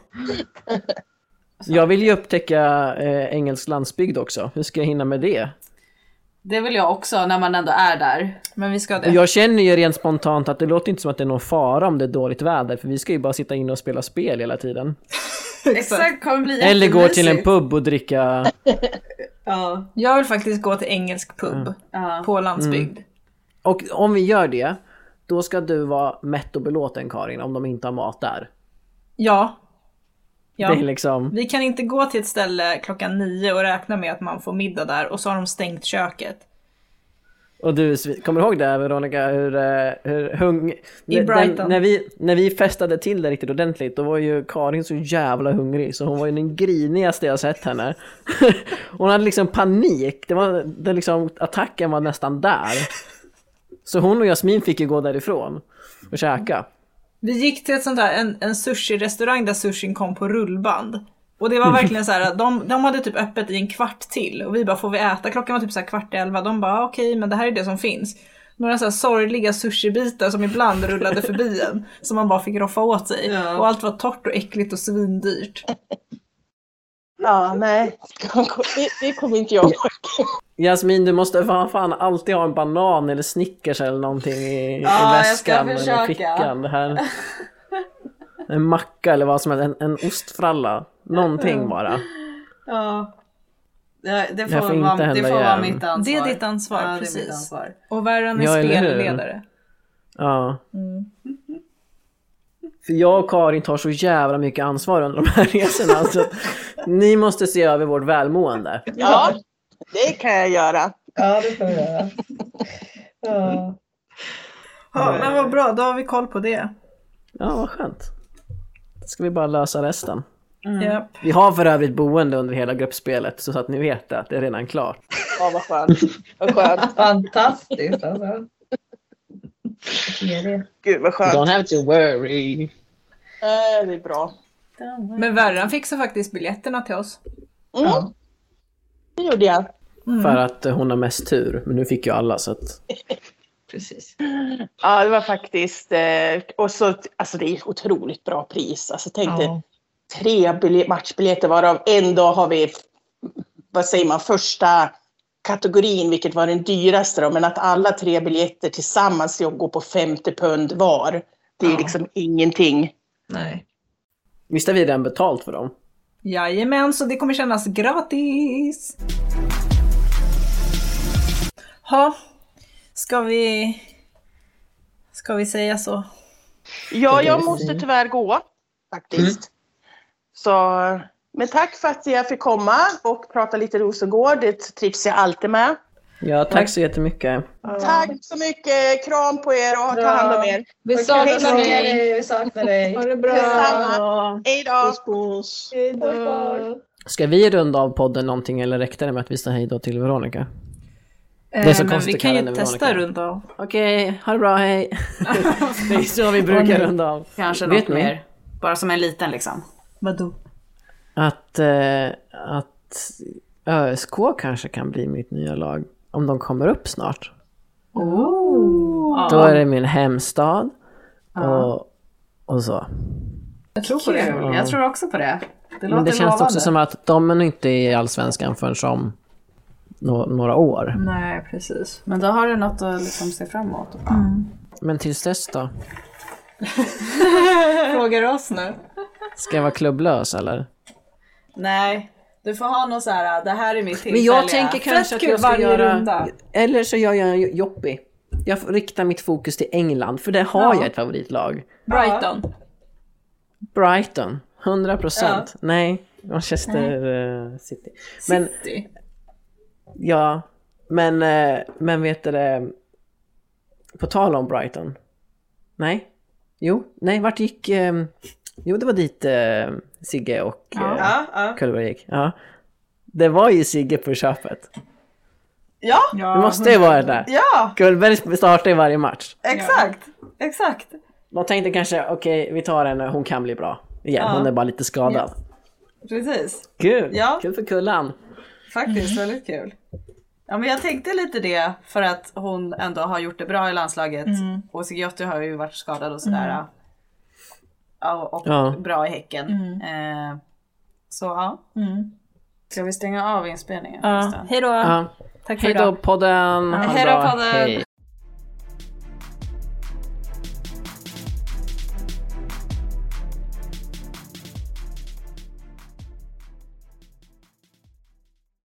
Jag vill ju upptäcka engelsk landsbygd också. Hur ska jag hinna med det? Det vill jag också när man ändå är där. Men vi ska det. Och jag känner ju rent spontant att det låter inte som att det är någon fara om det är dåligt väder. För vi ska ju bara sitta inne och spela spel hela tiden. Exakt, kommer bli eller gå till en pub och dricka. Ja. Jag vill faktiskt gå till engelsk pub på landsbygd. Och om vi gör det, då ska du vara mätt och belåten, Karin, om de inte har mat där. Ja. Det är liksom... Vi kan inte gå till ett ställe 9:00 och räkna med att man får middag där och så har de stängt köket. Och du, kommer du ihåg det, Veronica, hur I Brighton. När vi festade till det riktigt ordentligt, då var ju Karin så jävla hungrig, så hon var ju den grinigaste jag sett henne. Hon hade liksom panik, det liksom, attacken var nästan där. Så hon och Jasmin fick ju gå därifrån och käka. Vi gick till ett sånt där, en sushi-restaurang där sushin kom på rullband. Och det var verkligen så här, de hade typ öppet i en kvart till. Och vi bara, får vi äta? Klockan var typ så här 11:15. De bara, okej, men det här är det som finns. Några så här sorgliga sushibitar som ibland rullade förbi en. Som man bara fick roffa åt sig. Ja. Och allt var torrt och äckligt och svindyrt. Ja, nej. Det kommer inte jag ihåg. Jasmin, du måste fan alltid ha en banan eller Snickers eller någonting i väskan eller fickan. Det här. En macka eller vad som helst, en ostfralla. Någonting bara. Ja. Det får vara mitt ansvar. Det är ditt ansvar, ja, precis. Det är mitt ansvar. Och Värran är spelledare. Ja. För jag och Karin tar så jävla mycket ansvar under de här resorna. Så ni måste se över vårt välmående. Ja, det kan jag göra. Ja, det får jag göra. Ja, men vad bra, då har vi koll på det. Ja, vad skönt. Då ska vi bara lösa resten. Yep. Vi har för övrigt boende under hela gruppspelet, så att ni vet det, att det är redan klart. Ja, vad skönt. Vad skönt. Fantastiskt alltså. Gud, vad skönt. Don't have to worry. Det är bra. Men Värran fixar faktiskt biljetterna till oss. Ja, det gjorde jag. För att hon har mest tur, men nu fick ju alla så att... Precis. Ja, det var faktiskt... Och så, alltså det är otroligt bra pris. Alltså tänk dig 3 matchbiljetter, varav en dag har vi, vad säger man, första kategorin, vilket var den dyraste då, men att alla 3 biljetter tillsammans går på 50 pund var. Det är liksom ingenting. Nej. Visst har vi redan betalt för dem? Jajamän, så det kommer kännas gratis. Ha, ska vi säga så? Ja, jag måste tyvärr gå faktiskt. Så, men tack för att jag fick komma och prata lite Rosengård. Det trivs jag alltid med. Ja, tack så jättemycket. Tack så mycket. Kram på er och ta hand om er. Vi saknar dig. Vi saknar dig. Ha det bra. Hej då. Puss. Ska vi runda av podden någonting eller räckte det med att vi sa hej då till Veronica? Det är så men konstigt vi kan ju Veronica. testa runda av. Okej, ha det bra, hej. Det är så vi brukar runda av. Kanske Vet något ni? mer. Bara som en liten liksom. Vadå? Att ÖSK kanske kan bli mitt nya lag om de kommer upp snart. Då är det min hemstad och så. Jag tror på det. Jag tror också på det. Men det känns också som att de är inte i Allsvenskan förrän om några år. Nej, precis. Men då har du något att liksom se fram emot. Men tills dess då? Frågar oss nu. Ska jag vara klubblös eller? Nej, du får ha något så här. Det här är mitt tillfälle. Men jag tänker kanske att jag ska göra runda. eller så gör jag en Joppi. Jag riktar mitt fokus till England, för det har jag ett favoritlag. Brighton 100%. Nej, Manchester City. Men City. ja, men vet du det, på tal om Brighton. Nej. Vart gick det var dit Sigge och Kullberg gick. Ja. Det var ju Sigge på köpet. Ja. Det måste ju vara det. Ja. Kullberg startar i varje match. Exakt. De tänkte kanske, okej, vi tar henne, hon kan bli bra. Igen, hon är bara lite skadad. Precis. Kul, Ja. Kul för Kullan. Faktiskt väldigt kul. Ja, men jag tänkte lite det för att hon ändå har gjort det bra i landslaget. Och Sigiotti har ju varit skadad och sådär. Och bra i Häcken. Så ja. Ska vi stänga av inspelningen? Hej då. Ja. Tack för Hej då idag. podden! Ha det Hej då bra. podden! Hej.